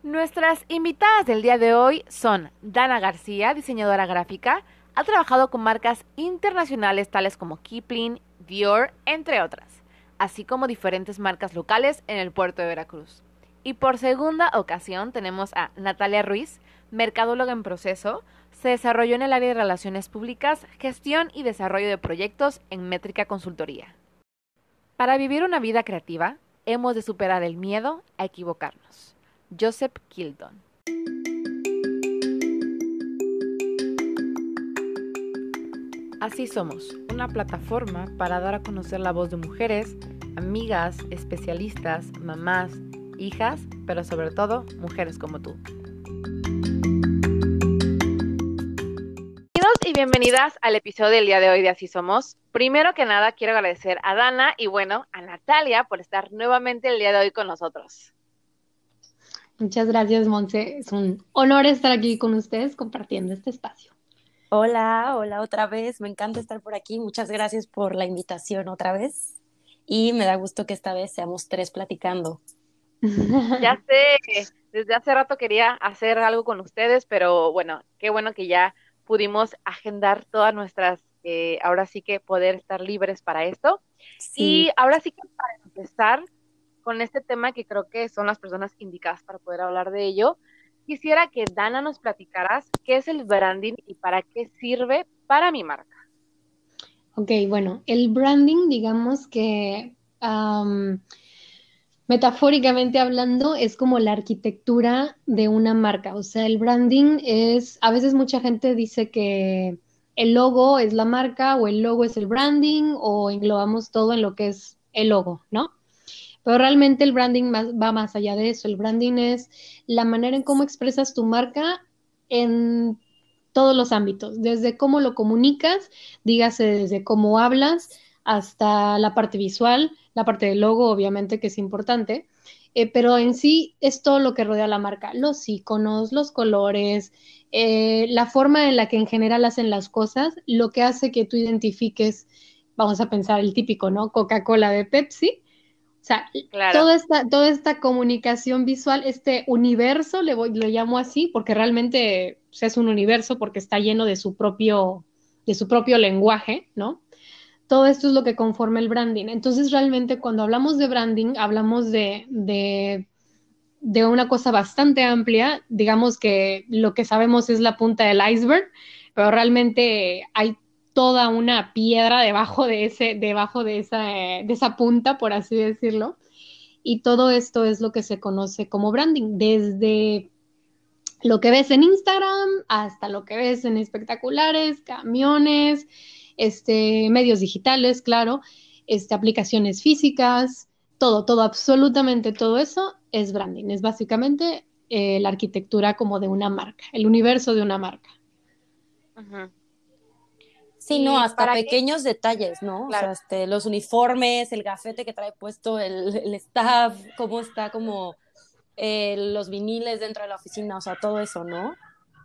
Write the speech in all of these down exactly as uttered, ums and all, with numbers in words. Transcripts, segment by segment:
Nuestras invitadas del día de hoy son Dana García, diseñadora gráfica. Ha trabajado con marcas internacionales tales como Kipling, Dior, entre otras, así como diferentes marcas locales en el puerto de Veracruz. Y por segunda ocasión tenemos a Natalia Ruiz, mercadóloga en proceso. Se desarrolló en el área de relaciones públicas, gestión y desarrollo de proyectos en Métrica Consultoría. Para vivir una vida creativa, hemos de superar el miedo a equivocarnos. Joseph Kilton. Así somos, una plataforma para dar a conocer la voz de mujeres, amigas, especialistas, mamás, hijas, pero sobre todo mujeres como tú. Bienvenidos y bienvenidas al episodio del día de hoy de Así Somos. Primero que nada quiero agradecer a Dana y bueno, a Natalia por estar nuevamente el día de hoy con nosotros. Muchas gracias, Monse. Es un honor estar aquí con ustedes compartiendo este espacio. Hola, hola otra vez. Me encanta estar por aquí. Muchas gracias por la invitación otra vez. Y me da gusto que esta vez seamos tres platicando. Ya sé, desde hace rato quería hacer algo con ustedes, pero bueno, qué bueno que ya pudimos agendar todas nuestras, eh, ahora sí que poder estar libres para esto. Sí, Y ahora sí que para empezar con este tema que creo que son las personas indicadas para poder hablar de ello, quisiera que Dana nos platicaras qué es el branding y para qué sirve para mi marca. Ok, bueno, el branding, digamos que um, metafóricamente hablando, es como la arquitectura de una marca. O sea, el branding es, a veces mucha gente dice que el logo es la marca o el logo es el branding o englobamos todo en lo que es el logo, ¿no? Pero realmente el branding más, va más allá de eso. El branding es la manera en cómo expresas tu marca en todos los ámbitos, desde cómo lo comunicas, dígase desde cómo hablas hasta la parte visual, la parte del logo, obviamente que es importante, eh, pero en sí es todo lo que rodea la marca, los iconos, los colores, eh, la forma en la que en general hacen las cosas, lo que hace que tú identifiques, vamos a pensar el típico, ¿no? Coca-Cola de Pepsi. O sea, Claro, toda esta, toda esta comunicación visual, este universo, le voy, lo llamo así, porque realmente o sea, es un universo porque está lleno de su propio, de su propio lenguaje, ¿no? Todo esto es lo que conforma el branding. Entonces, realmente cuando hablamos de branding, hablamos de, de, de una cosa bastante amplia. Digamos que lo que sabemos es la punta del iceberg, pero realmente hay toda una piedra debajo de ese, debajo de esa, de esa punta, por así decirlo. Y todo esto es lo que se conoce como branding, desde lo que ves en Instagram hasta lo que ves en espectaculares, camiones, este, medios digitales, claro, este, aplicaciones físicas, todo, todo, absolutamente todo eso es branding, es básicamente eh, la arquitectura como de una marca, el universo de una marca. uh-huh. sí, no, ¿Y hasta para qué? pequeños detalles, ¿no? O Claro. sea, este, los uniformes, el gafete que trae puesto el, el staff, cómo está como eh, los viniles dentro de la oficina, o sea, todo eso, ¿no?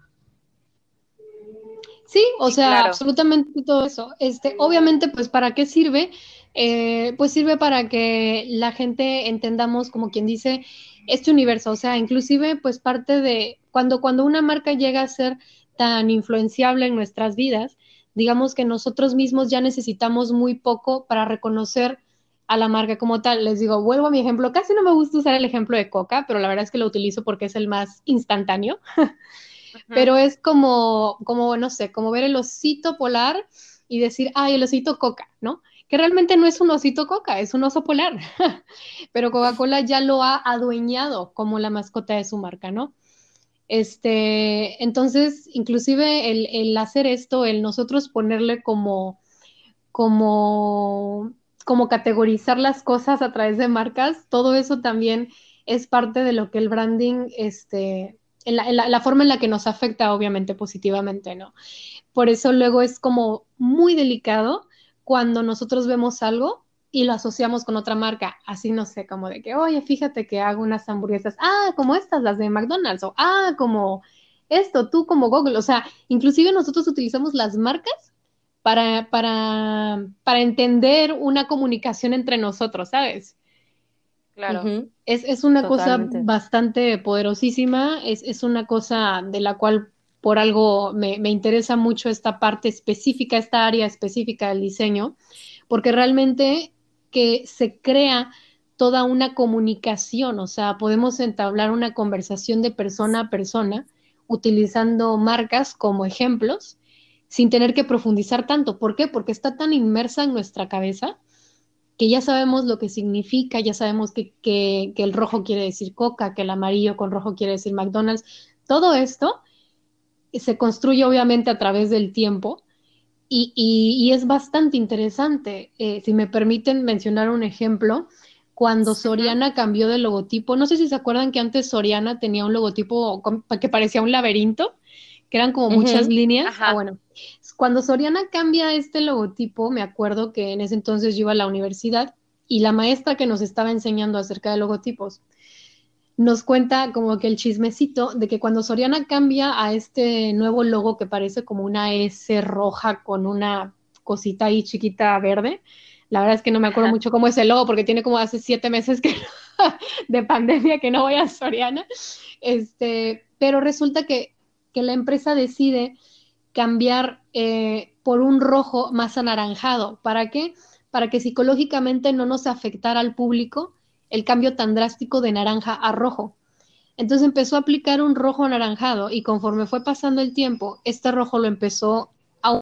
Sí, o Sí, sea, claro. absolutamente todo eso. Este, obviamente, pues, ¿para qué sirve? Eh, pues sirve para que la gente entendamos, como quien dice, este universo. O sea, inclusive, pues, parte de cuando, cuando una marca llega a ser tan influenciable en nuestras vidas, digamos que nosotros mismos ya necesitamos muy poco para reconocer a la marca como tal. Les digo, vuelvo a mi ejemplo. Casi no me gusta usar el ejemplo de Coca, pero la verdad es que lo utilizo porque es el más instantáneo, Uh-huh. pero es como, como, no sé, como ver el osito polar y decir, ay, el osito Coca, ¿no? Que realmente no es un osito Coca, es un oso polar, pero Coca-Cola ya lo ha adueñado como la mascota de su marca, ¿no? Este, entonces, inclusive el, el hacer esto, el nosotros ponerle como, como, como categorizar las cosas a través de marcas, todo eso también es parte de lo que el branding, este, en la, en la, la forma en la que nos afecta, obviamente, positivamente, ¿no? Por eso luego es como muy delicado cuando nosotros vemos algo y lo asociamos con otra marca, así no sé, como de que, oye, fíjate que hago unas hamburguesas, ah, como estas, las de McDonald's, o ah, como esto, tú como Google, o sea, inclusive nosotros utilizamos las marcas para, para, para entender una comunicación entre nosotros, ¿sabes? Claro. Ujú, Es, es una cosa totalmente. bastante poderosísima, es, es una cosa de la cual por algo me, me interesa mucho esta parte específica, esta área específica del diseño, porque realmente que se crea toda una comunicación, o sea, podemos entablar una conversación de persona a persona utilizando marcas como ejemplos sin tener que profundizar tanto. ¿Por qué? Porque está tan inmersa en nuestra cabeza que ya sabemos lo que significa, ya sabemos que, que, que el rojo quiere decir Coca, que el amarillo con rojo quiere decir McDonald's. Todo esto se construye obviamente a través del tiempo y, y, y es bastante interesante. Eh, si me permiten mencionar un ejemplo, cuando Ujú. Soriana cambió de logotipo, no sé si se acuerdan que antes Soriana tenía un logotipo com- que parecía un laberinto, que eran como muchas Ujú, líneas. Ah, Ajá. bueno, cuando Soriana cambia este logotipo, me acuerdo que en ese entonces yo iba a la universidad y la maestra que nos estaba enseñando acerca de logotipos nos cuenta como que el chismecito de que cuando Soriana cambia a este nuevo logo que parece como una S roja con una cosita ahí chiquita verde, la verdad es que no me acuerdo Ajá. mucho cómo es el logo porque tiene como hace siete meses que de pandemia que no voy a Soriana, este, pero resulta que, que la empresa decide cambiar eh, por un rojo más anaranjado. ¿Para qué? Para que psicológicamente no nos afectara al público el cambio tan drástico de naranja a rojo. Entonces empezó a aplicar un rojo anaranjado y conforme fue pasando el tiempo, este rojo lo empezó a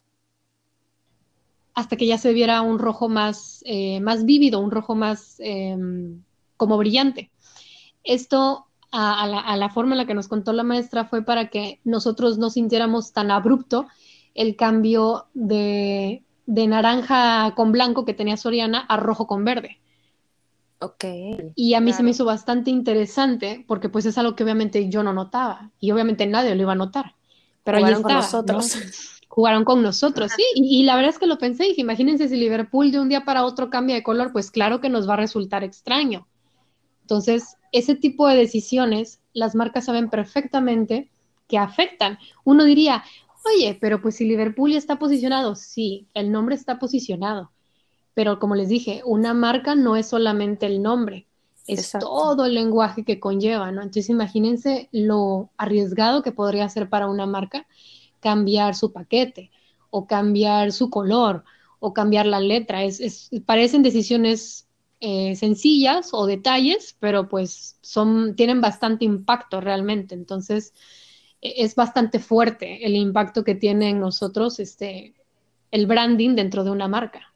hasta que ya se viera un rojo más, eh, más vívido, un rojo más eh, como brillante. Esto a, a, la, a, la, forma en la que nos contó la maestra fue para que nosotros no sintiéramos tan abrupto el cambio de, de naranja con blanco que tenía Soriana a rojo con verde. ok. Y a mí se me Claro. hizo bastante interesante porque pues es algo que obviamente yo no notaba y obviamente nadie lo iba a notar, pero ahí Jugaron con estaba, ¿no? nosotros. Jugaron con nosotros, sí, y, y la verdad es que lo pensé, dije, imagínense si Liverpool de un día para otro cambia de color, pues claro que nos va a resultar extraño. Entonces, ese tipo de decisiones, las marcas saben perfectamente que afectan. Uno diría, oye, pero pues si Liverpool ya está posicionado, sí, el nombre está posicionado, pero como les dije, una marca no es solamente el nombre, es Exacto. todo el lenguaje que conlleva, ¿no? Entonces imagínense lo arriesgado que podría ser para una marca cambiar su paquete o cambiar su color o cambiar la letra. Es, es, parecen decisiones eh, sencillas o detalles, pero pues son, tienen bastante impacto realmente. Entonces e, es bastante fuerte el impacto que tiene en nosotros este, el branding dentro de una marca.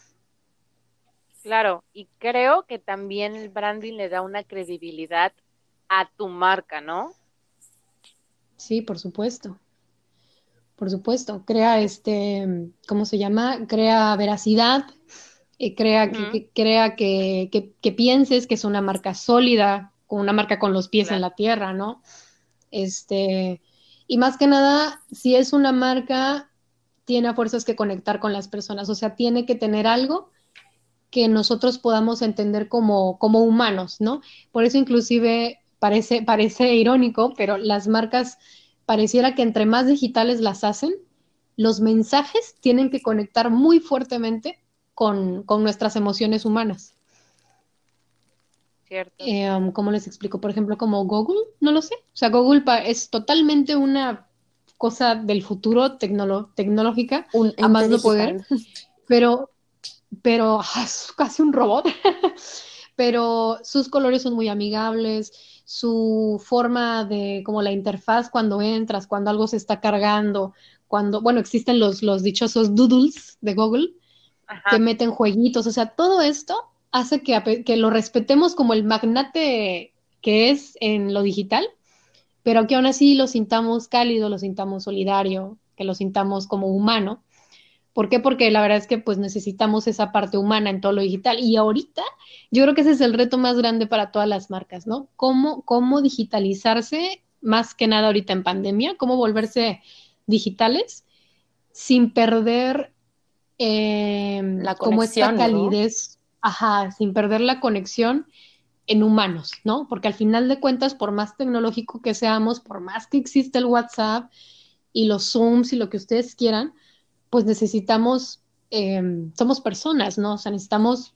Claro, y creo que también el branding le da una credibilidad a tu marca, ¿no? Sí, por supuesto, por supuesto. Crea este, ¿cómo se llama? Crea veracidad, eh, crea que, Ujú. que- crea que, que, que pienses que es una marca sólida, con una marca con los pies en Claro. la tierra, ¿no? Este, y más que nada, si es una marca, tiene a fuerzas que conectar con las personas, o sea, tiene que tener algo que nosotros podamos entender como, como humanos, ¿no? Por eso inclusive parece, parece irónico, pero las marcas pareciera que entre más digitales las hacen, los mensajes tienen que conectar muy fuertemente con, con nuestras emociones humanas. Cierto. Eh, um, ¿cómo les explico? Por ejemplo, como Google, no lo sé. O sea, Google pa- es totalmente una cosa del futuro tecnolo- tecnológica, Un a ente más no poder, digital. pero pero ah, es casi un robot. Pero sus colores son muy amigables, su forma de, como la interfaz cuando entras, cuando algo se está cargando, cuando, bueno, existen los, los dichosos doodles de Google que Ajá. meten jueguitos, o sea, todo esto hace que, ape- que lo respetemos como el magnate que es en lo digital, pero que aún así lo sintamos cálido, lo sintamos solidario, que lo sintamos como humano. ¿Por qué? Porque la verdad es que pues necesitamos esa parte humana en todo lo digital. Y ahorita yo creo que ese es el reto más grande para todas las marcas, ¿no? ¿Cómo, cómo digitalizarse, más que nada ahorita en pandemia, cómo volverse digitales sin perder eh, La como esta conexión, ¿no? calidez, ajá, sin perder la conexión en humanos, ¿no? Porque al final de cuentas, por más tecnológico que seamos, por más que exista el WhatsApp y los Zooms y lo que ustedes quieran, pues necesitamos, eh, somos personas, ¿no? O sea, necesitamos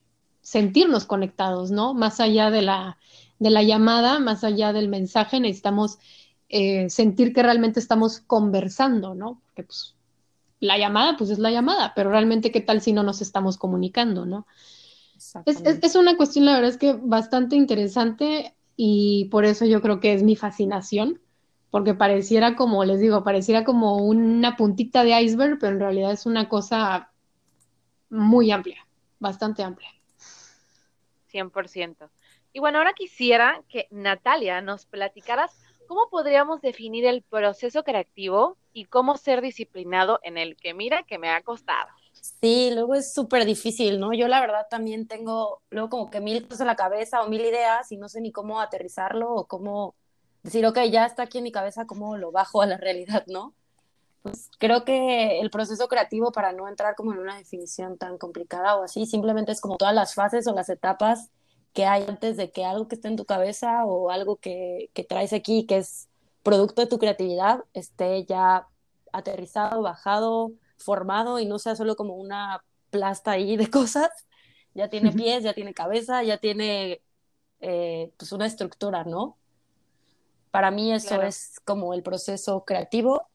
sentirnos conectados, ¿no? Más allá de la, de la llamada, más allá del mensaje, necesitamos eh, sentir que realmente estamos conversando, ¿no? Porque pues la llamada, pues es la llamada, pero realmente qué tal si no nos estamos comunicando, ¿no? Es, es, Exactamente. es una cuestión, la verdad es que bastante interesante y por eso yo creo que es mi fascinación, porque pareciera como, les digo, pareciera como una puntita de iceberg, pero en realidad es una cosa muy amplia, bastante amplia. Cien por ciento. Y bueno, ahora quisiera que Natalia nos platicaras cómo podríamos definir el proceso creativo y cómo ser disciplinado en el que mira que me ha costado. Sí, luego es súper difícil, ¿no? Yo la verdad también tengo luego como que mil cosas en la cabeza o mil ideas y no sé ni cómo aterrizarlo o cómo decir, ok, ya está aquí en mi cabeza, cómo lo bajo a la realidad, ¿no? Pues creo que el proceso creativo, para no entrar como en una definición tan complicada o así, simplemente es como todas las fases o las etapas que hay antes de que algo que esté en tu cabeza o algo que, que traes aquí, que es producto de tu creatividad, esté ya aterrizado, bajado, formado y no sea solo como una plasta ahí de cosas. Ya tiene pies, ya tiene cabeza, ya tiene eh, pues una estructura, ¿no? Para mí eso Claro. es como el proceso creativo,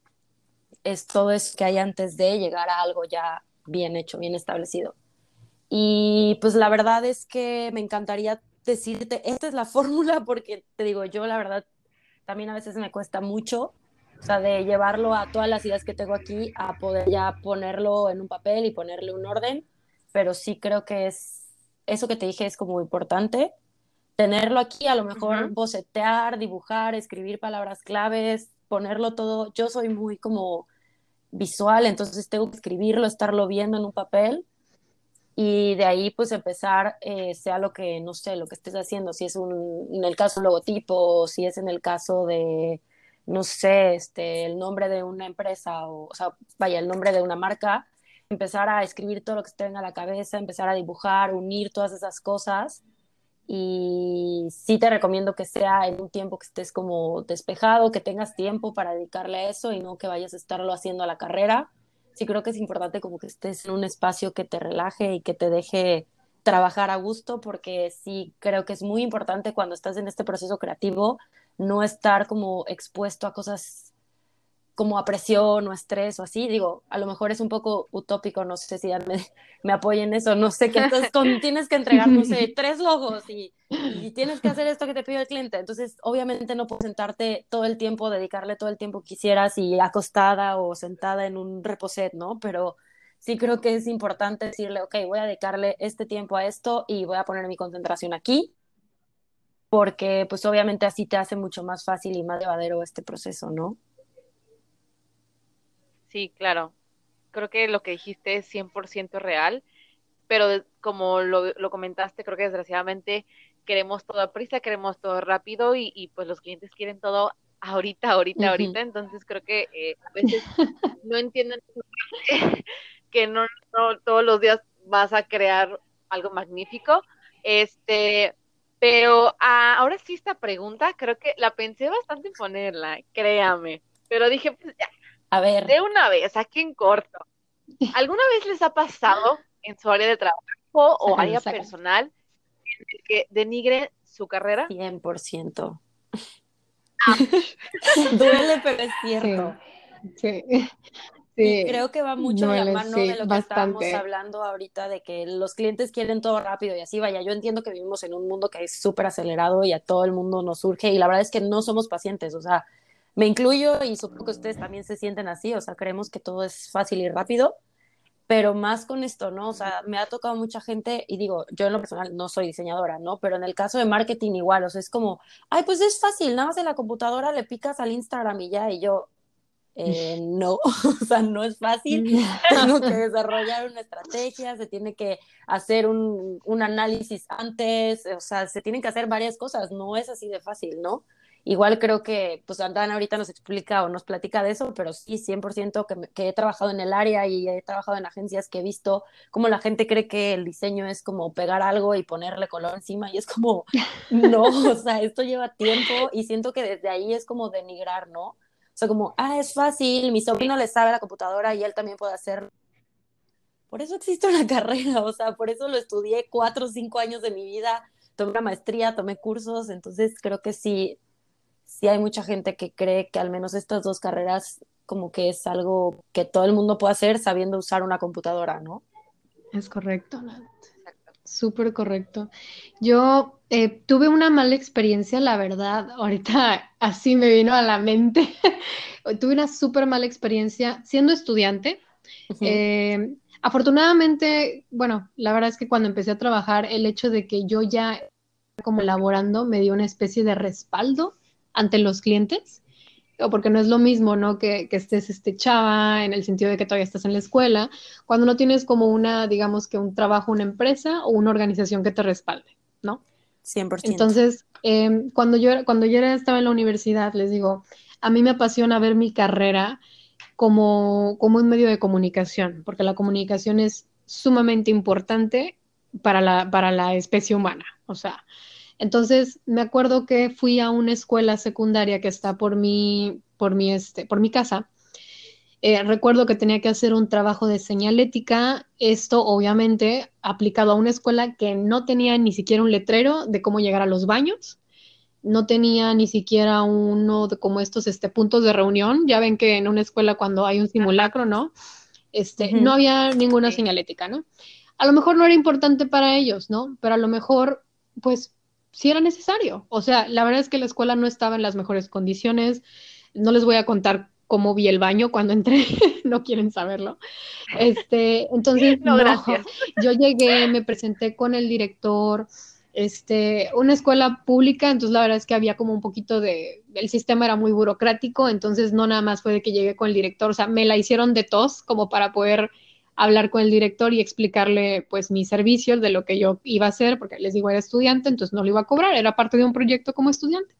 es todo eso que hay antes de llegar a algo ya bien hecho, bien establecido. Y pues la verdad es que me encantaría decirte, esta es la fórmula, porque te digo, yo la verdad también a veces me cuesta mucho, o sea, de llevarlo a todas las ideas que tengo aquí, a poder ya ponerlo en un papel y ponerle un orden, pero sí creo que es, eso que te dije es como importante, tenerlo aquí, a lo mejor Ujú. bocetear, dibujar, escribir palabras claves, ponerlo todo, yo soy muy como visual, entonces tengo que escribirlo, estarlo viendo en un papel y de ahí pues empezar, eh, sea lo que, no sé, lo que estés haciendo, si es un, en el caso un logotipo, si es en el caso de, no sé, este, el nombre de una empresa o, o sea, vaya, el nombre de una marca, empezar a escribir todo lo que te venga a la cabeza, empezar a dibujar, unir todas esas cosas y sí te recomiendo que sea en un tiempo que estés como despejado, que tengas tiempo para dedicarle a eso y no que vayas a estarlo haciendo a la carrera. Sí creo que es importante como que estés en un espacio que te relaje y que te deje trabajar a gusto, porque sí creo que es muy importante cuando estás en este proceso creativo no estar como expuesto a cosas como a presión o estrés o así, digo, a lo mejor es un poco utópico, no sé si me, me apoyen en eso, no sé, que entonces con, tienes que entregar, no sé, tres logos y, y tienes que hacer esto que te pide el cliente, entonces obviamente no puedes sentarte todo el tiempo, dedicarle todo el tiempo que quisieras y acostada o sentada en un reposet, ¿no? Pero sí creo que es importante decirle, ok, voy a dedicarle este tiempo a esto y voy a poner mi concentración aquí, porque pues obviamente así te hace mucho más fácil y más llevadero este proceso, ¿no? Sí, claro. Creo que lo que dijiste es cien por ciento real, pero de- como lo, lo comentaste, creo que desgraciadamente queremos todo a prisa, queremos todo rápido y, y pues los clientes quieren todo ahorita, ahorita, Uh -huh. ahorita. Entonces creo que eh, a veces no entienden que no, no todos los días vas a crear algo magnífico. Este, pero ah, ahora sí esta pregunta, creo que la pensé bastante en ponerla, créame. Pero dije, pues ya, A ver, de una vez, aquí en corto. ¿Alguna vez les ha pasado en su área de trabajo o Sácalo, área sácalo. personal que denigre su carrera? cien por ciento. Ouch. Duele, pero es Sí, cierto. sí, Y sí, creo que va mucho de la duele, mano de sí, lo que estábamos bastante. hablando ahorita, de que los clientes quieren todo rápido y así vaya. Yo entiendo que vivimos en un mundo que es súper acelerado y a todo el mundo nos surge y la verdad es que no somos pacientes, o sea, me incluyo y supongo que ustedes también se sienten así, o sea, creemos que todo es fácil y rápido, pero más con esto, ¿no? O sea, me ha tocado mucha gente y digo, yo en lo personal no soy diseñadora, ¿no? Pero en el caso de marketing igual, o sea, es como, ay, pues es fácil, nada más en la computadora le picas al Instagram y ya, y yo, eh, no, o sea, no es fácil, tengo que desarrollar una estrategia, se tiene que hacer un, un análisis antes, o sea, se tienen que hacer varias cosas, no es así de fácil, ¿no? Igual creo que, pues Andana ahorita nos explica o nos platica de eso, pero sí, cien por ciento que, me, que he trabajado en el área y he trabajado en agencias que he visto cómo la gente cree que el diseño es como pegar algo y ponerle color encima y es como, no, o sea, esto lleva tiempo y siento que desde ahí es como denigrar, ¿no? O sea, como, ah, es fácil, mi sobrino le sabe a la computadora y él también puede hacerlo. por eso existe una carrera, o sea, por eso lo estudié cuatro o cinco años de mi vida, tomé una maestría, tomé cursos, entonces creo que sí, sí hay mucha gente que cree que al menos estas dos carreras como que es algo que todo el mundo puede hacer sabiendo usar una computadora, ¿no? Es correcto, Nat. Súper correcto. Yo eh, tuve una mala experiencia, la verdad. Ahorita así me vino a la mente. Tuve una súper mala experiencia siendo estudiante. Ujú. Eh, afortunadamente, bueno, la verdad es que cuando empecé a trabajar, el hecho de que yo ya como laborando me dio una especie de respaldo ante los clientes, o porque no es lo mismo, ¿no? Que, que estés este, chava en el sentido de que todavía estás en la escuela, cuando no tienes como una, digamos que un trabajo, una empresa o una organización que te respalde, ¿no? cien por ciento. Entonces, eh, cuando yo, cuando yo era- estaba en la universidad, les digo, a mí me apasiona ver mi carrera como, como un medio de comunicación, porque la comunicación es sumamente importante para la, para la especie humana. O sea, entonces me acuerdo que fui a una escuela secundaria que está por mi, por mi, este, por mi casa. Eh, recuerdo que tenía que hacer un trabajo de señalética, esto obviamente aplicado a una escuela que no tenía ni siquiera un letrero de cómo llegar a los baños, no tenía ni siquiera uno de como estos este, puntos de reunión. Ya ven que en una escuela cuando hay un simulacro, ¿no? Este, no Ujú. había ninguna Sí. señalética, ¿no? A lo mejor no era importante para ellos, ¿no? Pero a lo mejor, pues, sí era necesario. O sea, la verdad es que la escuela no estaba en las mejores condiciones. No les voy a contar cómo vi el baño cuando entré, no quieren saberlo. Este, entonces, No, no, gracias. yo llegué, me presenté con el director, este, una escuela pública, entonces la verdad es que había como un poquito de, el sistema era muy burocrático, entonces no nada más fue de que llegué con el director, o sea, me la hicieron de tos como para poder hablar con el director y explicarle pues mis servicios de lo que yo iba a hacer, porque les digo, era estudiante, entonces no lo iba a cobrar, era parte de un proyecto como estudiante.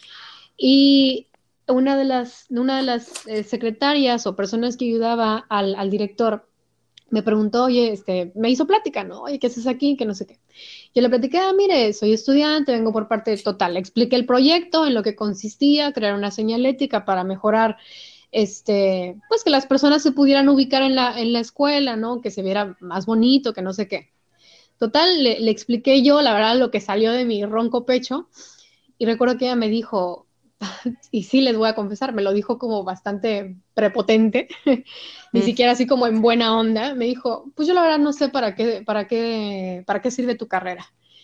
Y una de las, una de las eh, secretarias o personas que ayudaba al, al director me preguntó, oye, este, me hizo plática, ¿no? Oye, ¿qué haces aquí? Que no sé qué. Yo le platiqué, ah, mire, soy estudiante, vengo por parte de Total. Le expliqué el proyecto, en lo que consistía, crear una señalética para mejorar, este, pues que las personas se pudieran ubicar en la, en la escuela, ¿no? Que se viera más bonito, que no sé qué. Total, le, le expliqué yo, la verdad, lo que salió de mi ronco pecho. Y recuerdo que ella me dijo, y sí les voy a confesar, me lo dijo como bastante prepotente, ni Mm. siquiera así como en buena onda, me dijo, pues yo la verdad no sé para qué, para qué, para qué sirve tu carrera.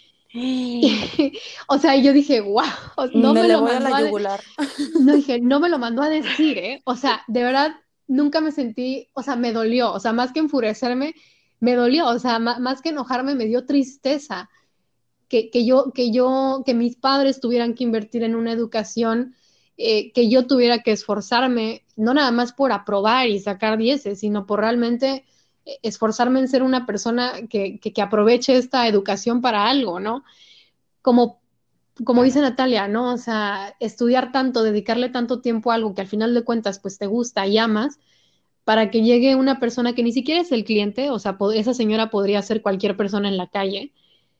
O sea, yo dije, wow, no Me me le lo voy a la mandó a, de yugular. no dije, no me lo mandó a decir, ¿eh? O sea, de verdad, nunca me sentí, o sea, me dolió, o sea, más que enfurecerme, me dolió, o sea, más, más que enojarme, me dio tristeza que, que, yo, que yo, que mis padres tuvieran que invertir en una educación, eh, que yo tuviera que esforzarme, no nada más por aprobar y sacar dieces, sino por realmente eh, esforzarme en ser una persona que, que, que aproveche esta educación para algo, ¿no? Como, como dice Natalia, ¿no? O sea, estudiar tanto, dedicarle tanto tiempo a algo que al final de cuentas pues te gusta y amas, para que llegue una persona que ni siquiera es el cliente, o sea, esa señora podría ser cualquier persona en la calle,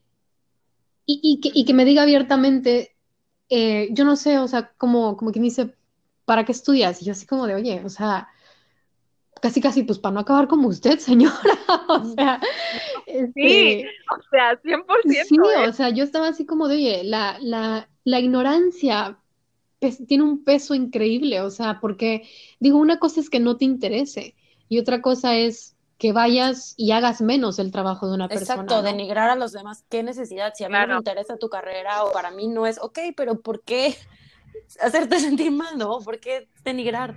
y, y, que, y que me diga abiertamente, eh, yo no sé, o sea, como, como quien dice, ¿para qué estudias? Y yo así como de, oye, o sea, casi casi, pues para no acabar como usted, señora. O sea, Sí, este, o sea, cien por sí, ciento, ¿eh? o sea, yo estaba así como de, oye, la, la, la ignorancia pes- tiene un peso increíble, o sea, porque digo, una cosa es que no te interese y otra cosa es que vayas y hagas menos el trabajo de una persona, Exacto, ¿no? denigrar a los demás, ¿qué necesidad? Si a mí no me Claro. interesa tu carrera o para mí no es, ok, pero ¿por qué hacerte sentir mal, no? ¿Por qué denigrar?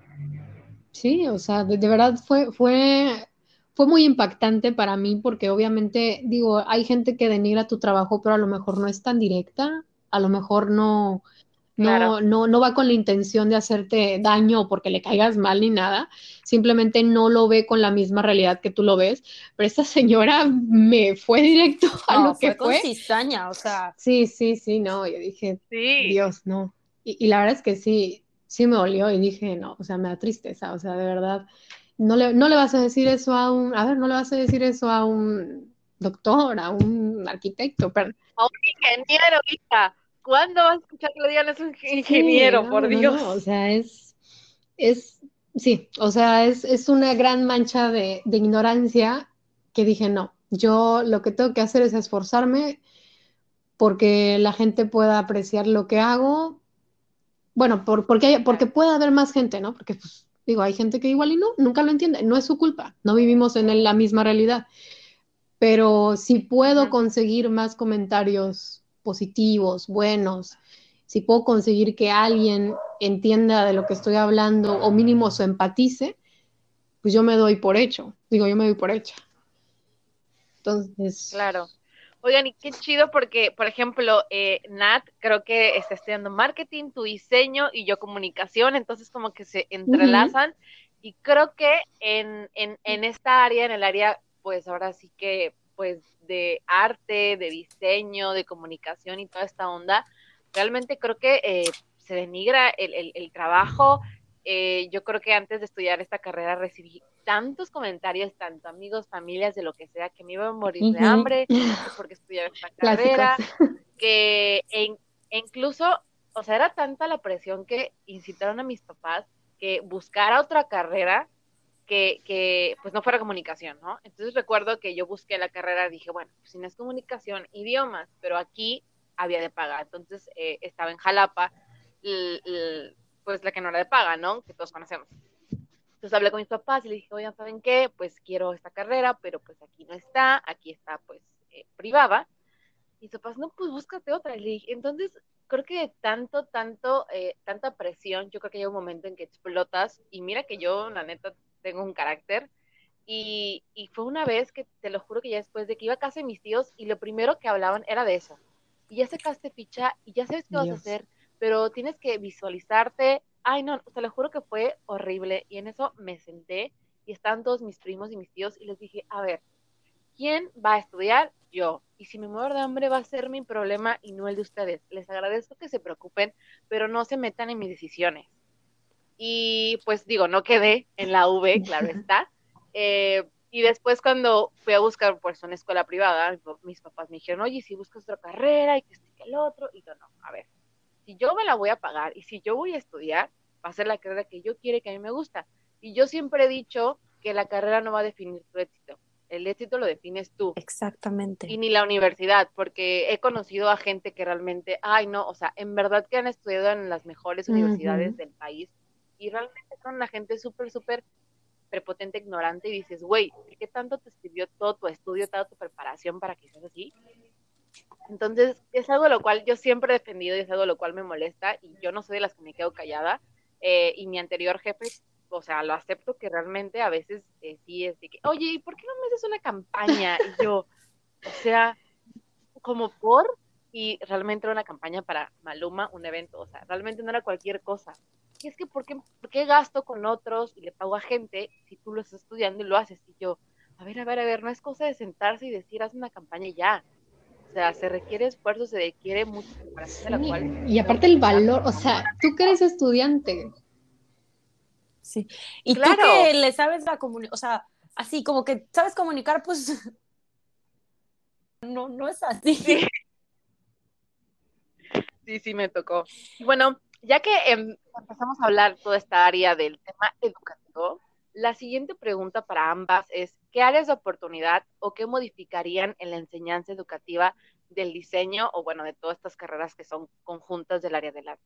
Sí, o sea, de, de verdad fue, fue, fue muy impactante para mí porque obviamente, digo, hay gente que denigra tu trabajo, pero a lo mejor no es tan directa, a lo mejor no, Claro. no, no, no va con la intención de hacerte daño o porque le caigas mal ni nada, simplemente no lo ve con la misma realidad que tú lo ves, pero esta señora me fue directo a No, lo que fue con fue. cizaña, o sea, Sí, sí, sí, no, yo dije, Sí. Dios, no. Y, y la verdad es que sí, sí me dolió y dije, no, o sea, me da tristeza, o sea, de verdad, no le, no le vas a decir eso a un, a ver, no le vas a decir eso a un doctor, a un arquitecto, pero A un ingeniero, hija. ¿Cuándo vas a escuchar que le digan eso a un sí, ingeniero, no, por no, Dios? no, o sea, es, es, sí, o sea, es, es una gran mancha de, de ignorancia que dije, no, yo lo que tengo que hacer es esforzarme porque la gente pueda apreciar lo que hago. Bueno, por, porque, hay- porque Claro. puede haber más gente, ¿no? Porque, pues, digo, hay gente que igual y no, nunca lo entiende, no es su culpa, no vivimos en el- la misma realidad, pero si puedo Ujú. conseguir más comentarios positivos, buenos, si puedo conseguir que alguien entienda de lo que estoy hablando o mínimo se empatice, pues yo me doy por hecho, digo, yo me doy por hecha. Entonces, Claro. Oigan, y qué chido porque, por ejemplo, eh, Nat creo que está estudiando marketing, tu diseño y yo comunicación, entonces como que se ujú, entrelazan y creo que en, en, en esta área, en el área, pues ahora sí que, pues de arte, de diseño, de comunicación y toda esta onda, realmente creo que eh, se denigra el, el, el trabajo. Eh, yo creo que antes de estudiar esta carrera recibí tantos comentarios, tanto amigos, familias, de lo que sea, que me iba a morir de ujú. hambre, que porque estudiaba esta Clásicos. carrera, que e, e incluso, o sea, era tanta la presión que incitaron a mis papás que buscara otra carrera que, que pues no fuera comunicación, ¿no? Entonces recuerdo que yo busqué la carrera y dije, bueno, pues si no es comunicación, idiomas, pero aquí había de paga. Entonces eh, estaba en Jalapa, l, l, pues la que no era de paga, ¿no? Que todos conocemos. Entonces hablé con mis papás y les dije, oigan, ¿saben qué? Pues quiero esta carrera, pero pues aquí no está, aquí está pues eh, privada. Y mis papás, no, pues búscate otra. Y le dije, entonces creo que de tanto, tanto, eh, tanta presión, yo creo que llega un momento en que explotas. Y mira que yo, la neta, tengo un carácter. Y, y fue una vez que te lo juro que ya después de que iba a casa de mis tíos y lo primero que hablaban era de eso. Y ya sacaste ficha y ya sabes qué vas a Dios. hacer, pero tienes que visualizarte. Ay, no, te lo juro que fue horrible. Y en eso me senté y estaban todos mis primos y mis tíos y les dije, a ver, ¿quién va a estudiar? Yo. Y si me muero de hambre va a ser mi problema y no el de ustedes. Les agradezco que se preocupen, pero no se metan en mis decisiones. Y pues digo, no quedé en la V, claro está. Eh, y después cuando fui a buscar pues una escuela privada, mis papás me dijeron, oye, si buscas otra carrera y que este que el otro, y yo no, a ver, si yo me la voy a pagar y si yo voy a estudiar, va a ser la carrera que yo quiero y que a mí me gusta. Y yo siempre he dicho que la carrera no va a definir tu éxito, el éxito lo defines tú y Exactamente. ni la universidad, porque he conocido a gente que realmente, ay no, o sea, en verdad que han estudiado en las mejores universidades Ujú. del país y realmente son una gente súper, súper prepotente, ignorante y dices, güey, ¿qué tanto te sirvió todo tu estudio, toda tu preparación para que seas así? Entonces, es algo lo cual yo siempre he defendido y es algo lo cual me molesta y yo no soy de las que me quedo callada. Eh, y mi anterior jefe, o sea, lo acepto que realmente a veces eh, sí es de que, oye, ¿y por qué no me haces una campaña? Y yo, o sea, como por, y realmente era una campaña para Maluma, un evento, o sea, realmente no era cualquier cosa. Y es que, ¿por qué, ¿por qué gasto con otros y le pago a gente si tú lo estás estudiando y lo haces? Y yo, a ver, a ver, a ver, no es cosa de sentarse y decir, haz una campaña y ya. O sea, se requiere esfuerzo, se requiere mucha preparación de la Sí, cual y tengo aparte que el quitar valor, o mucho amor. sea, tú que eres estudiante, Sí. Y tú que Claro, le sabes la comunicación, o sea, así como que sabes comunicar, pues no, no es sí, así. sí, sí me tocó. Y bueno, ya que em, empezamos a hablar toda esta área del tema educativo, la siguiente pregunta para ambas es, ¿qué áreas de oportunidad o qué modificarían en la enseñanza educativa del diseño o bueno, de todas estas carreras que son conjuntas del área del arte?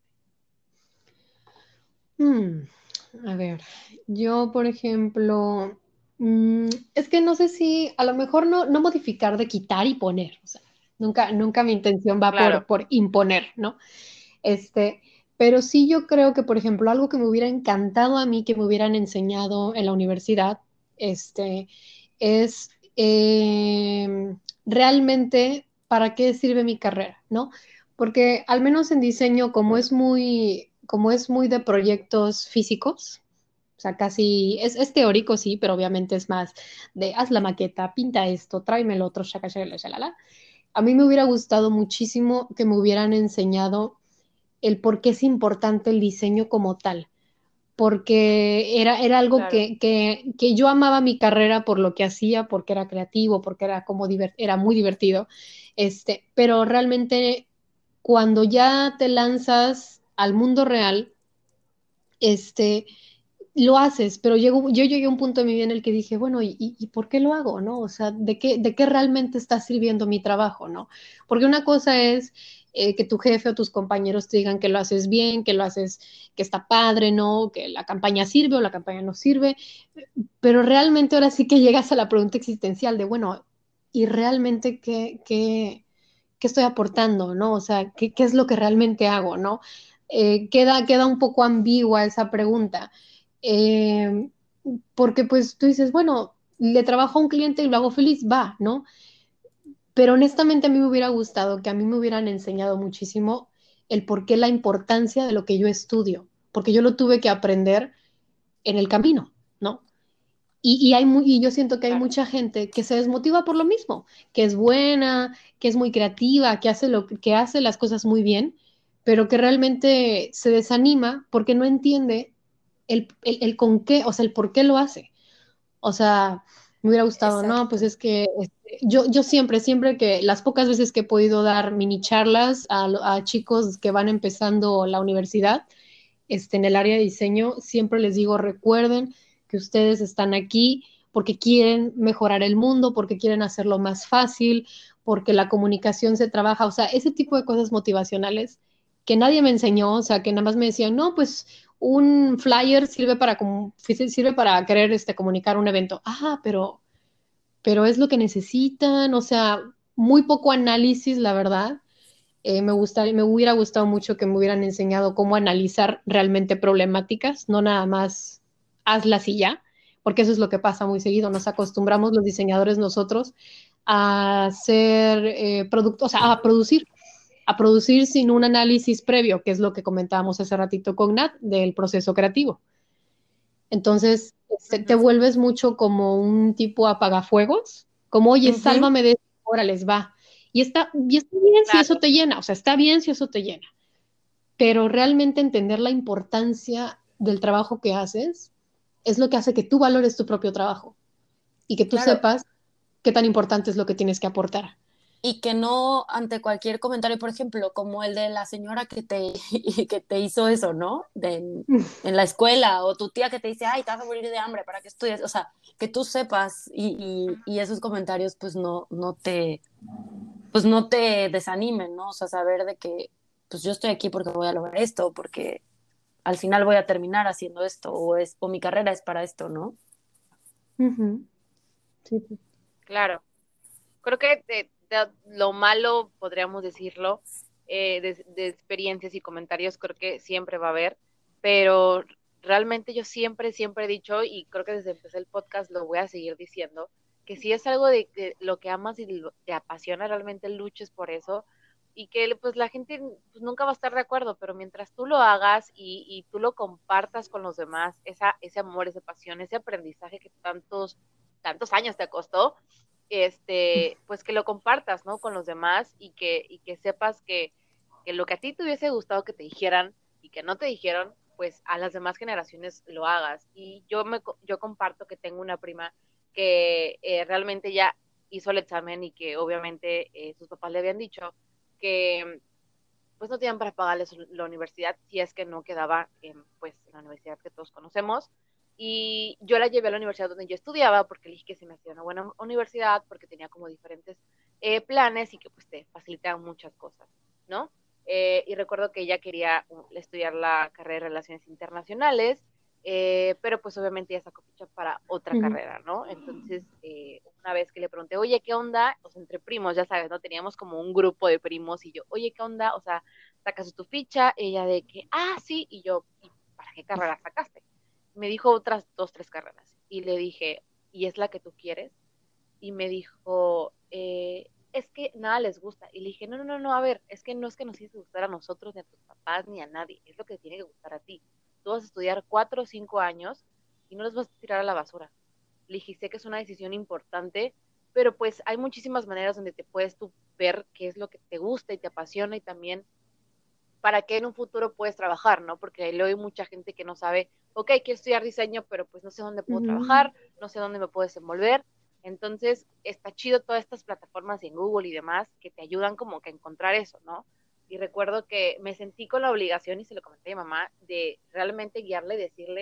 hmm, a ver, yo por ejemplo, mm, es que no sé si a lo mejor no, no modificar de quitar y poner, o sea, nunca, nunca mi intención va por, Claro, por imponer, ¿no? Este, pero sí yo creo que, por ejemplo, algo que me hubiera encantado a mí que me hubieran enseñado en la universidad, este, es eh, realmente para qué sirve mi carrera, ¿no? Porque al menos en diseño, como es muy, como es muy de proyectos físicos, o sea, casi es, es teórico, sí, pero obviamente es más de haz la maqueta, pinta esto, tráeme el otro, shaka, shaka, shalala. A mí me hubiera gustado muchísimo que me hubieran enseñado el por qué es importante el diseño como tal, porque era, era algo claro, que, que, que yo amaba mi carrera por lo que hacía, porque era creativo, porque era, como divert, era muy divertido, este, pero realmente cuando ya te lanzas al mundo real, este, lo haces, pero llego, yo llegué a un punto de mi vida en el que dije, bueno, ¿y, y por qué lo hago, no? O sea, ¿de qué, de qué realmente está sirviendo mi trabajo, no? Porque una cosa es eh, que tu jefe o tus compañeros te digan que lo haces bien, que lo haces, que está padre, ¿no? Que la campaña sirve o la campaña no sirve, pero realmente ahora sí que llegas a la pregunta existencial de, bueno, ¿y realmente qué, qué, qué estoy aportando, no? O sea, ¿qué, qué es lo que realmente hago, no? Eh, queda, queda un poco ambigua esa pregunta. Eh, Porque pues tú dices, bueno, le trabajo a un cliente y lo hago feliz, va, ¿no? Pero honestamente a mí me hubiera gustado que a mí me hubieran enseñado muchísimo el por qué la importancia de lo que yo estudio, porque yo lo tuve que aprender en el camino, ¿no? Y, y, hay mu- y yo siento que hay Claro. mucha gente que se desmotiva por lo mismo, que es buena, que es muy creativa, que hace, lo, que hace las cosas muy bien, pero que realmente se desanima porque no entiende el, el, el con qué, o sea, el por qué lo hace. O sea, me hubiera gustado, no, pues Exacto. es que este, yo, yo siempre, siempre que las pocas veces que he podido dar mini charlas a, a chicos que van empezando la universidad, este, en el área de diseño, siempre les digo, recuerden que ustedes están aquí porque quieren mejorar el mundo, porque quieren hacerlo más fácil, porque la comunicación se trabaja, o sea, ese tipo de cosas motivacionales que nadie me enseñó, o sea, que nada más me decían, no, pues un flyer sirve para, sirve para querer este, comunicar un evento. Ah, pero, pero es lo que necesitan, o sea, muy poco análisis, la verdad. Eh, me gustaría, me hubiera gustado mucho que me hubieran enseñado cómo analizar realmente problemáticas, no nada más hazlas y ya, porque eso es lo que pasa muy seguido. Nos acostumbramos los diseñadores nosotros a hacer eh, productos, o sea, a producir, a producir sin un análisis previo, que es lo que comentábamos hace ratito con Nat del proceso creativo. Entonces, te, te Ujú. vuelves mucho como un tipo apagafuegos, como, oye, Ujú. sálvame de esto, ahora les va. Y está, y está bien si eso Claro. te llena, o sea, está bien si eso te llena, pero realmente entender la importancia del trabajo que haces es lo que hace que tú valores tu propio trabajo y que tú Claro, sepas qué tan importante es lo que tienes que aportar. y que no ante cualquier comentario, por ejemplo, como el de la señora que te, que te hizo eso, ¿no? De, en, en la escuela, o tu tía que te dice, ay, te vas a morir de hambre, ¿para qué estudias? O sea, que tú sepas y, y, y esos comentarios pues no, no te, pues no te desanimen, ¿no? O sea, saber de que pues yo estoy aquí porque voy a lograr esto, porque al final voy a terminar haciendo esto, o, es, o mi carrera es para esto, ¿no? Ujú. Sí, sí. Claro. Creo que de, de lo malo, podríamos decirlo, eh, de, de experiencias y comentarios, creo que siempre va a haber, pero realmente yo siempre, siempre he dicho, y creo que desde que empecé el podcast lo voy a seguir diciendo, que si es algo de, de lo que amas y lo, te apasiona, realmente luches por eso, y que pues la gente pues, nunca va a estar de acuerdo, pero mientras tú lo hagas y, y tú lo compartas con los demás, esa, ese amor, esa pasión, ese aprendizaje que tantos, tantos años te costó, este, pues que lo compartas, ¿no? Con los demás y que, y que sepas que, que lo que a ti te hubiese gustado que te dijeran y que no te dijeron, pues a las demás generaciones lo hagas. Y yo me yo comparto que tengo una prima que eh, realmente ya hizo el examen y que obviamente eh, sus papás le habían dicho que pues no tenían para pagarles la universidad si es que no quedaba en, pues, en la universidad que todos conocemos. Y yo la llevé a la universidad donde yo estudiaba porque le dije que se me hacía una buena universidad, porque tenía como diferentes eh, planes y que pues te facilitaban muchas cosas, ¿no? Eh, y recuerdo que ella quería uh, estudiar la carrera de Relaciones Internacionales, eh, pero pues obviamente ya sacó ficha para otra Ujú. carrera, ¿no? Entonces, eh, una vez que le pregunté, oye, ¿qué onda? O sea, entre primos, ya sabes, ¿no? Teníamos como un grupo de primos y yo, oye, ¿qué onda? O sea, sacas tu ficha, ella de que, ah, sí, y yo, ¿y para qué carrera sacaste? Me dijo otras dos, tres carreras, y le dije, ¿y es la que tú quieres? Y me dijo, eh, es que nada les gusta. Y le dije, no, no, no, no, a ver, es que no es que nos tiene que gustar a nosotros, ni a tus papás, ni a nadie, es lo que tiene que gustar a ti. Tú vas a estudiar cuatro o cinco años y no los vas a tirar a la basura. Le dije, sé que es una decisión importante, pero pues hay muchísimas maneras donde te puedes tú ver qué es lo que te gusta y te apasiona y también para qué en un futuro puedes trabajar, ¿no? Porque luego hay mucha gente que no sabe, ok, quiero estudiar diseño, pero pues no sé dónde puedo Ujú. trabajar, no sé dónde me puedo desenvolver. Entonces, está chido todas estas plataformas en Google y demás que te ayudan como que a encontrar eso, ¿no? Y recuerdo que me sentí con la obligación, y se lo comenté a mi mamá, de realmente guiarle y decirle, si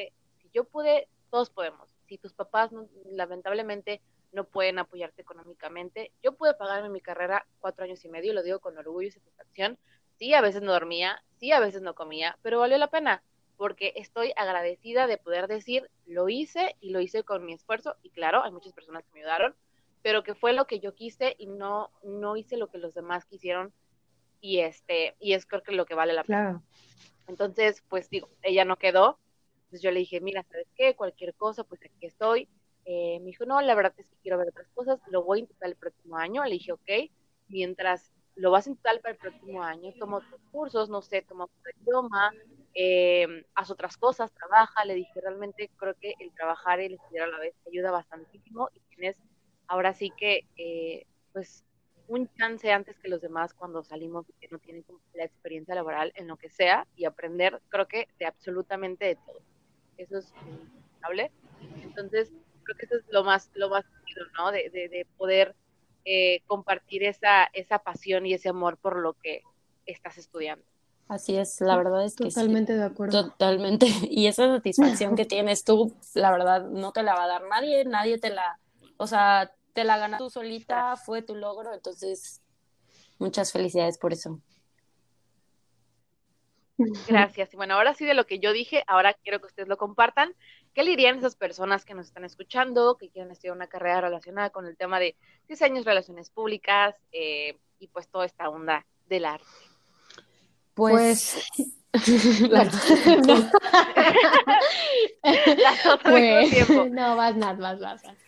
si yo pude, todos podemos. Si tus papás no, lamentablemente no pueden apoyarte económicamente, yo pude pagarme mi carrera cuatro años y medio, lo digo con orgullo y satisfacción. Sí, a veces no dormía, sí, a veces no comía, pero valió la pena, porque estoy agradecida de poder decir, lo hice y lo hice con mi esfuerzo, y claro, hay muchas personas que me ayudaron, pero que fue lo que yo quise y no, no hice lo que los demás quisieron, y este, y es creo que lo que vale la pena. Claro. Entonces, pues digo, ella no quedó, entonces yo le dije, mira, ¿sabes qué? Cualquier cosa, pues aquí estoy. Eh, me dijo, no, la verdad es que quiero ver otras cosas, lo voy a intentar el próximo año. Le dije, ok, mientras lo vas a intentar para el próximo año, toma otros cursos, no sé, toma otro idioma, eh, haz otras cosas, trabaja. Le dije, realmente creo que el trabajar y el estudiar a la vez te ayuda bastantísimo y tienes ahora sí que, eh, pues, un chance antes que los demás cuando salimos y que no tienen como la experiencia laboral en lo que sea y aprender, creo que de absolutamente de todo. Eso es indispensable. Entonces, creo que eso es lo más, lo más chido, ¿no? De, de, de poder eh, compartir esa, esa pasión y ese amor por lo que estás estudiando. Así es, la verdad es que sí, Totalmente de acuerdo. totalmente. Y esa satisfacción que tienes tú, la verdad, no te la va a dar nadie, nadie te la, o sea, te la ganas tú solita, fue tu logro, entonces, muchas felicidades por eso. Gracias. Y bueno, ahora sí de lo que yo dije, ahora quiero que ustedes lo compartan. ¿Qué le dirían a esas personas que nos están escuchando, que quieren estudiar una carrera relacionada con el tema de diseños, relaciones públicas eh, y pues toda esta onda del arte? Pues, Pues, las bueno, no. Las dos al mismo Pues, tiempo. no, vas, Nat, vas, vas. vas.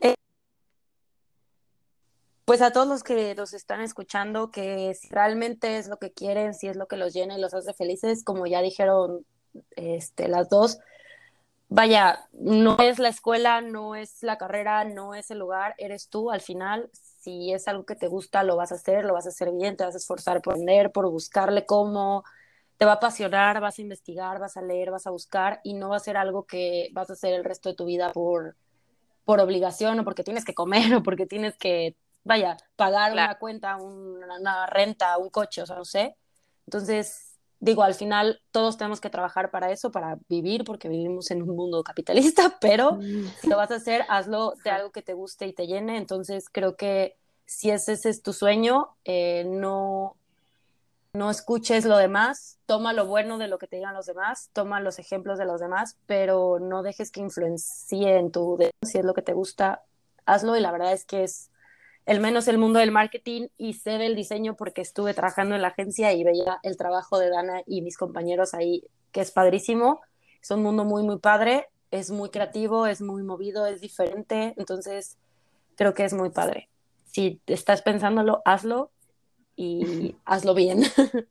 pues a todos los que los están escuchando, que si realmente es lo que quieren, si es lo que los llena y los hace felices, como ya dijeron este, las dos, vaya, no es la escuela, no es la carrera, no es el lugar, eres tú al final. Si es algo que te gusta, lo vas a hacer, lo vas a hacer bien, te vas a esforzar por aprender, por buscarle cómo, te va a apasionar, vas a investigar, vas a leer, vas a buscar y no va a ser algo que vas a hacer el resto de tu vida por, por obligación o porque tienes que comer o porque tienes que, vaya, pagar Claro. una cuenta, una, una renta, un coche, o sea, no sé. Entonces, digo, al final todos tenemos que trabajar para eso, para vivir, porque vivimos en un mundo capitalista, pero si lo vas a hacer, hazlo de algo que te guste y te llene. Entonces, creo que si ese, ese es tu sueño, eh, no, no escuches lo demás, toma lo bueno de lo que te digan los demás, toma los ejemplos de los demás, pero no dejes que influencie en tu dedo. Si es lo que te gusta, hazlo. Y la verdad es que es el menos el mundo del marketing y sé del diseño porque estuve trabajando en la agencia y veía el trabajo de Dana y mis compañeros ahí, que es padrísimo. Es un mundo muy, muy padre, es muy creativo, es muy movido, es diferente, entonces creo que es muy padre. Si estás pensándolo, hazlo y hazlo bien.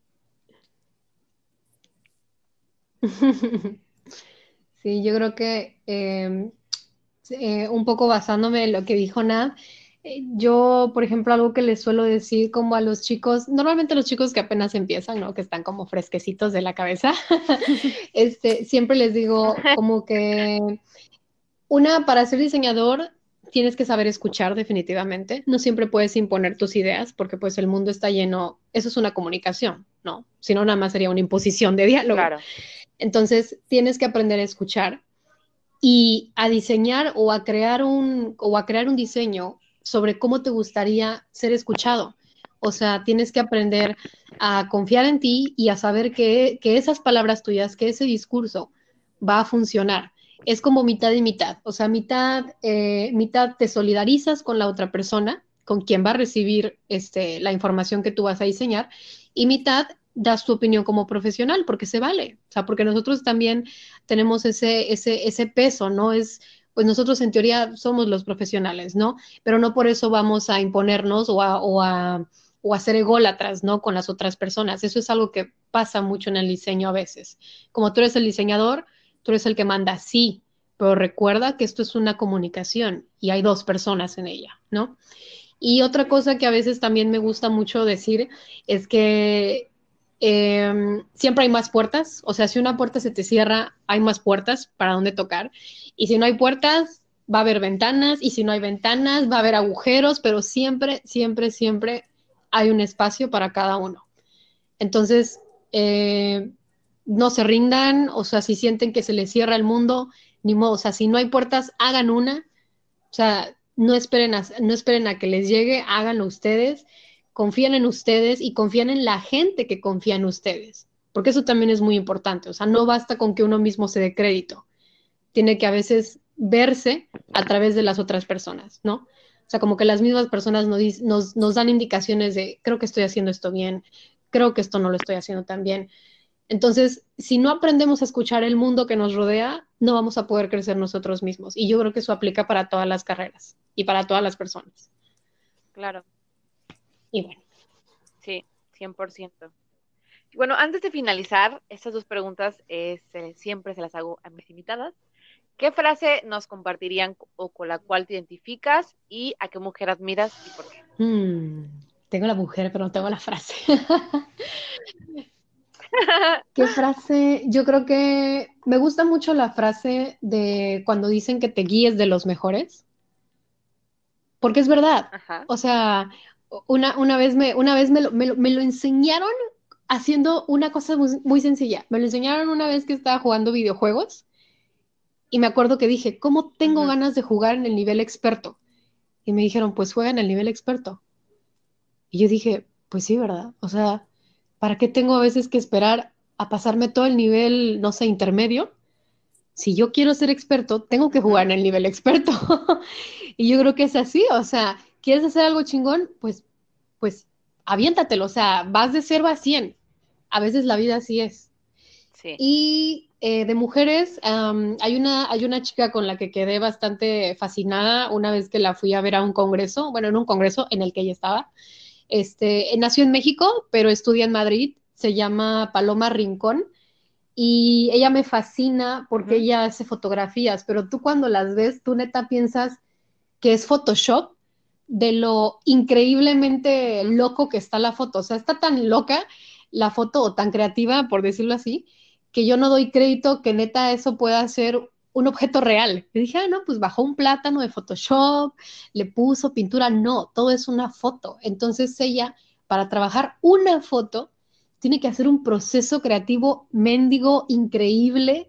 Sí, yo creo que eh, eh, un poco basándome en lo que dijo Nat, eh, yo, por ejemplo, algo que les suelo decir como a los chicos, normalmente los chicos que apenas empiezan, ¿no? Que están como fresquecitos de la cabeza, este, siempre les digo como que una, para ser diseñador tienes que saber escuchar definitivamente. No siempre puedes imponer tus ideas porque pues el mundo está lleno, eso es una comunicación, ¿no? Si no, nada más sería una imposición de diálogo. Claro. Entonces, tienes que aprender a escuchar y a diseñar o a crear un, o a crear un diseño sobre cómo te gustaría ser escuchado. O sea, tienes que aprender a confiar en ti y a saber que, que esas palabras tuyas, que ese discurso va a funcionar. Es como mitad y mitad. O sea, mitad, eh, mitad te solidarizas con la otra persona, con quien va a recibir este, la información que tú vas a diseñar, y mitad das tu opinión como profesional, porque se vale. O sea, porque nosotros también tenemos ese, ese, ese peso, ¿no? Es, pues nosotros en teoría somos los profesionales, ¿no? Pero no por eso vamos a imponernos o a, o a, o a ser ególatras, ¿no? Con las otras personas. Eso es algo que pasa mucho en el diseño a veces. Como tú eres el diseñador, tú eres el que manda, sí, pero recuerda que esto es una comunicación y hay dos personas en ella, ¿no? Y otra cosa que a veces también me gusta mucho decir es que eh, siempre hay más puertas, o sea, si una puerta se te cierra, hay más puertas para donde tocar, y si no hay puertas, va a haber ventanas, y si no hay ventanas, va a haber agujeros, pero siempre, siempre, siempre hay un espacio para cada uno. Entonces, eh, no se rindan, o sea, si sienten que se les cierra el mundo, ni modo, o sea, si no hay puertas, hagan una, o sea, no esperen a, no esperen a que les llegue, háganlo ustedes, confíen en ustedes y confían en la gente que confía en ustedes, porque eso también es muy importante, o sea, no basta con que uno mismo se dé crédito, tiene que a veces verse a través de las otras personas, ¿no? O sea, como que las mismas personas nos, nos, nos dan indicaciones de, creo que estoy haciendo esto bien, creo que esto no lo estoy haciendo tan bien. Entonces, si no aprendemos a escuchar el mundo que nos rodea, no vamos a poder crecer nosotros mismos. Y yo creo que eso aplica para todas las carreras y para todas las personas. Claro, Y bueno, sí, cien por ciento. Bueno, antes de finalizar, estas dos preguntas eh, se- siempre se las hago a mis invitadas. ¿Qué frase nos compartirían o con la cual te identificas y a qué mujer admiras y por qué? hmm, tengo la mujer, pero no tengo la frase. ¿Qué frase? Yo creo que me gusta mucho la frase de cuando dicen que te guíes de los mejores, porque es verdad. Ajá. O sea, una, una vez, me, una vez me, lo, me, lo, me lo enseñaron haciendo una cosa muy, muy sencilla. Me lo enseñaron una vez que estaba jugando videojuegos y me acuerdo que dije, ¿cómo tengo Ujú. ganas de jugar en el nivel experto? Y me dijeron, pues juega en el nivel experto. Y yo dije, pues sí, ¿verdad? O sea, ¿para qué tengo a veces que esperar a pasarme todo el nivel, no sé, intermedio? Si yo quiero ser experto, tengo que jugar Ujú. en el nivel experto. Y yo creo que es así, o sea, ¿quieres hacer algo chingón? Pues, pues, aviéntatelo, o sea, vas de cero a cien. A veces la vida así es. Sí. Y eh, de mujeres, um, hay, una, hay una chica con la que quedé bastante fascinada una vez que la fui a ver a un congreso, bueno, en un congreso en el que ella estaba. Este, nació en México, pero estudia en Madrid, se llama Paloma Rincón y ella me fascina porque Ujú. ella hace fotografías, pero tú cuando las ves, tú neta piensas que es Photoshop de lo increíblemente loco que está la foto. O sea, está tan loca la foto o tan creativa, por decirlo así, que yo no doy crédito que neta eso pueda ser un objeto real. Y dije, ah, no, pues bajó un plátano de Photoshop, le puso pintura. No, todo es una foto. Entonces ella, para trabajar una foto, tiene que hacer un proceso creativo mendigo, increíble,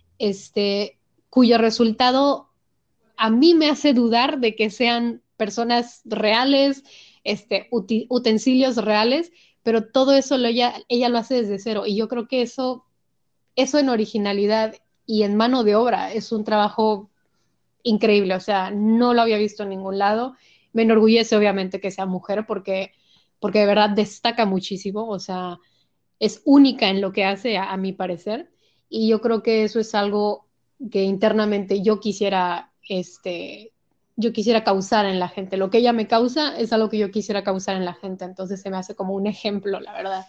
este, cuyo resultado a mí me hace dudar de que sean personas reales, este, uti- utensilios reales, pero todo eso lo ella, ella lo hace desde cero. Y yo creo que eso, eso en originalidad y en mano de obra es un trabajo increíble. O sea, no lo había visto en ningún lado. Me enorgullece obviamente que sea mujer porque, porque de verdad destaca muchísimo. O sea, es única en lo que hace, a, a mi parecer. Y yo creo que eso es algo que internamente yo quisiera, este, yo quisiera causar en la gente. Lo que ella me causa es algo que yo quisiera causar en la gente. Entonces se me hace como un ejemplo, la verdad.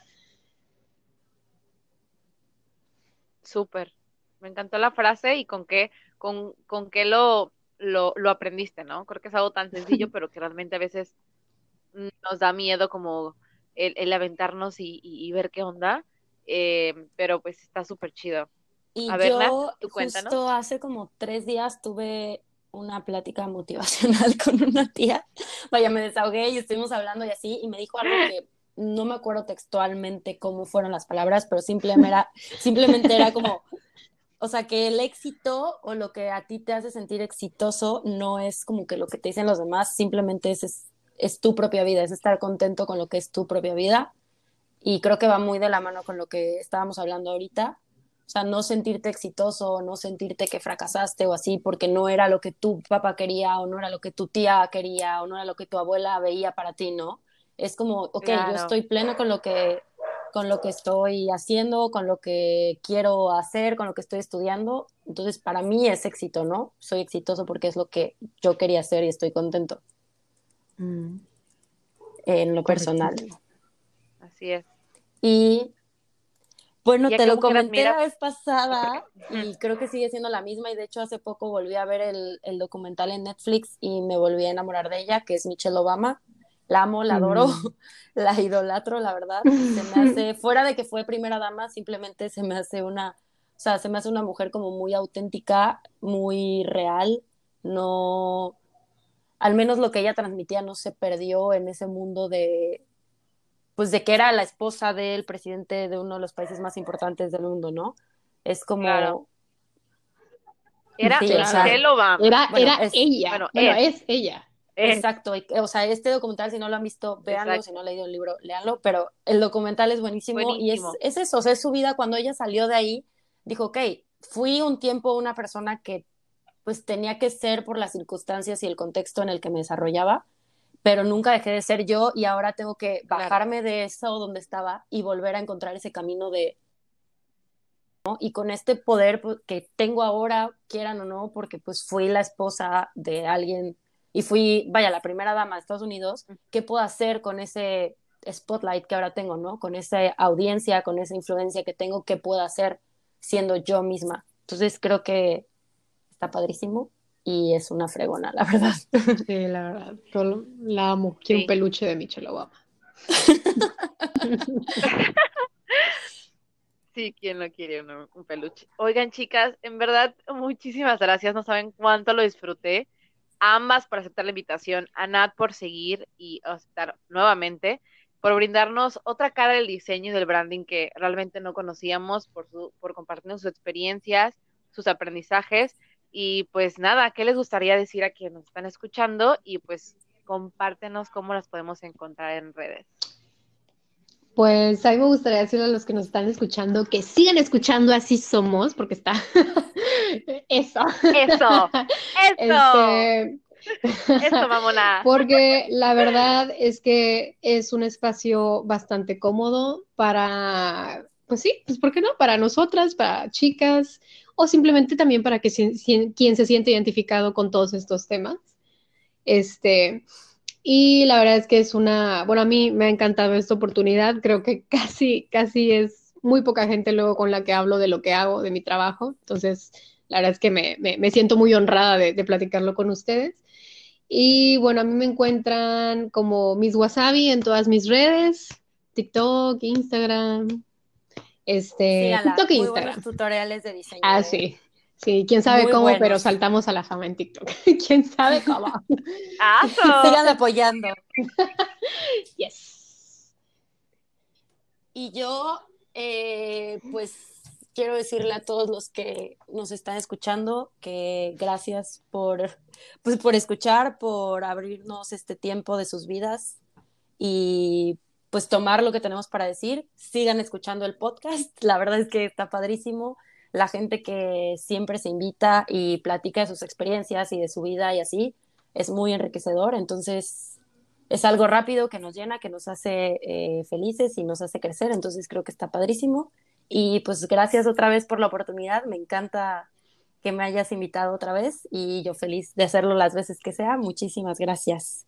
Súper. Me encantó la frase y con qué, con, con qué lo, lo, lo aprendiste, ¿no? Creo que es algo tan sencillo, pero que realmente a veces mm, nos da miedo como el, el aventarnos y, y, y ver qué onda. Eh, pero pues está súper chido. A Y ver, Nat, yo tú justo cuéntanos. hace como tres días tuve una plática motivacional con una tía. Vaya, me desahogué y estuvimos hablando y así, y me dijo algo que no me acuerdo textualmente cómo fueron las palabras, pero simplemente era, simplemente era como, o sea, que el éxito o lo que a ti te hace sentir exitoso no es como que lo que te dicen los demás, simplemente es, es, es tu propia vida, es estar contento con lo que es tu propia vida. Y creo que va muy de la mano con lo que estábamos hablando ahorita. O sea, no sentirte exitoso, no sentirte que fracasaste o así porque no era lo que tu papá quería o no era lo que tu tía quería o no era lo que tu abuela veía para ti, ¿no? Es como, ok, yo Claro, estoy pleno con lo que, con lo que estoy haciendo, con lo que quiero hacer, con lo que estoy estudiando. Entonces, para mí es éxito, ¿no? Soy exitoso porque es lo que yo quería hacer y estoy contento Mm, en lo personal. sí, así es. Y bueno, ¿Y a te qué lo mujer comenté la admiras? vez pasada Ujú. y creo que sigue siendo la misma y de hecho hace poco volví a ver el, el documental en Netflix y me volví a enamorar de ella, que es Michelle Obama. La amo, la adoro, mm. la idolatro, la verdad. Se me hace, fuera de que fue primera dama, simplemente se me hace una, o sea, se me hace una mujer como muy auténtica, muy real, no, al menos lo que ella transmitía no se perdió en ese mundo de, pues de que era la esposa del presidente de uno de los países más importantes del mundo, ¿no? Es Claro, como, Era Sí, o sea, Michelle Obama. Era, Bueno, era es- ella, bueno, bueno, es. es, ella. Es- Exacto, y- o sea, este documental, si no lo han visto, véanlo, Exacto. si no han leído el libro, léanlo, pero el documental es buenísimo, y es, Buenísimo. es eso, o sea, es su vida. Cuando ella salió de ahí, dijo, ok, fui un tiempo una persona que pues tenía que ser por las circunstancias y el contexto en el que me desarrollaba, pero nunca dejé de ser yo, y ahora tengo que Claro. bajarme de eso donde estaba y volver a encontrar ese camino de, ¿no? Y con este poder pues, que tengo ahora, quieran o no, porque pues fui la esposa de alguien y fui, vaya, la primera dama de Estados Unidos, ¿qué puedo hacer con ese spotlight que ahora tengo, ¿no? Con esa audiencia, con esa influencia que tengo, ¿qué puedo hacer siendo yo misma? Entonces creo que está padrísimo y es una fregona, la verdad. Sí, la verdad, yo la amo. Quiero Sí. un peluche de Michelle Obama. Sí, ¿quién no quiere un, un peluche? Oigan, chicas, en verdad, muchísimas gracias. No saben cuánto lo disfruté. A ambas por aceptar la invitación, a Nat por seguir y aceptar nuevamente, por brindarnos otra cara del diseño y del branding que realmente no conocíamos, por, su, por compartirnos sus experiencias, sus aprendizajes. Y pues nada, ¿qué les gustaría decir a quienes nos están escuchando? Y pues compártenos cómo las podemos encontrar en redes. Pues a mí me gustaría decirle a los que nos están escuchando que sigan escuchando Así Somos, porque está eso. Eso, eso, Este, eso, mamona. porque la verdad es que es un espacio bastante cómodo para, pues sí, pues ¿por qué no? Para nosotras, para chicas, o simplemente también para que si- si- quien se siente identificado con todos estos temas. Este, y la verdad es que es una, bueno, a mí me ha encantado esta oportunidad, creo que casi, casi es muy poca gente luego con la que hablo de lo que hago, de mi trabajo, entonces la verdad es que me, me, me siento muy honrada de, de platicarlo con ustedes. Y bueno, a mí me encuentran como Miss Wasabi en todas mis redes, TikTok, Instagram, este, Síganla, TikTok e muy buenos Instagram. tutoriales de diseño, Ah, ¿eh? sí, sí, quién sabe Muy cómo, pero buenos. saltamos a la fama en TikTok. Quién sabe cómo. ¡Aso! Sigan apoyando. Yes. Y yo, eh, pues, quiero decirle a todos los que nos están escuchando que gracias por, pues, por escuchar, por abrirnos este tiempo de sus vidas y pues tomar lo que tenemos para decir. Sigan escuchando el podcast, la verdad es que está padrísimo. La gente que siempre se invita y platica de sus experiencias y de su vida y así, es muy enriquecedor. Entonces, es algo rápido que nos llena, que nos hace eh, felices y nos hace crecer. Entonces, creo que está padrísimo. Y pues gracias otra vez por la oportunidad. Me encanta que me hayas invitado otra vez y yo feliz de hacerlo las veces que sea. Muchísimas gracias.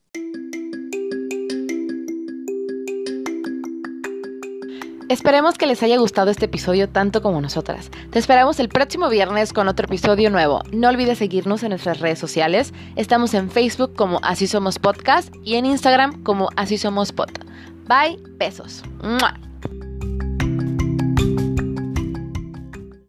Esperemos que les haya gustado este episodio tanto como nosotras. Te esperamos el próximo viernes con otro episodio nuevo. No olvides seguirnos en nuestras redes sociales. Estamos en Facebook como Así Somos Podcast y en Instagram como Así Somos Pod. Bye, besos. ¡Mua!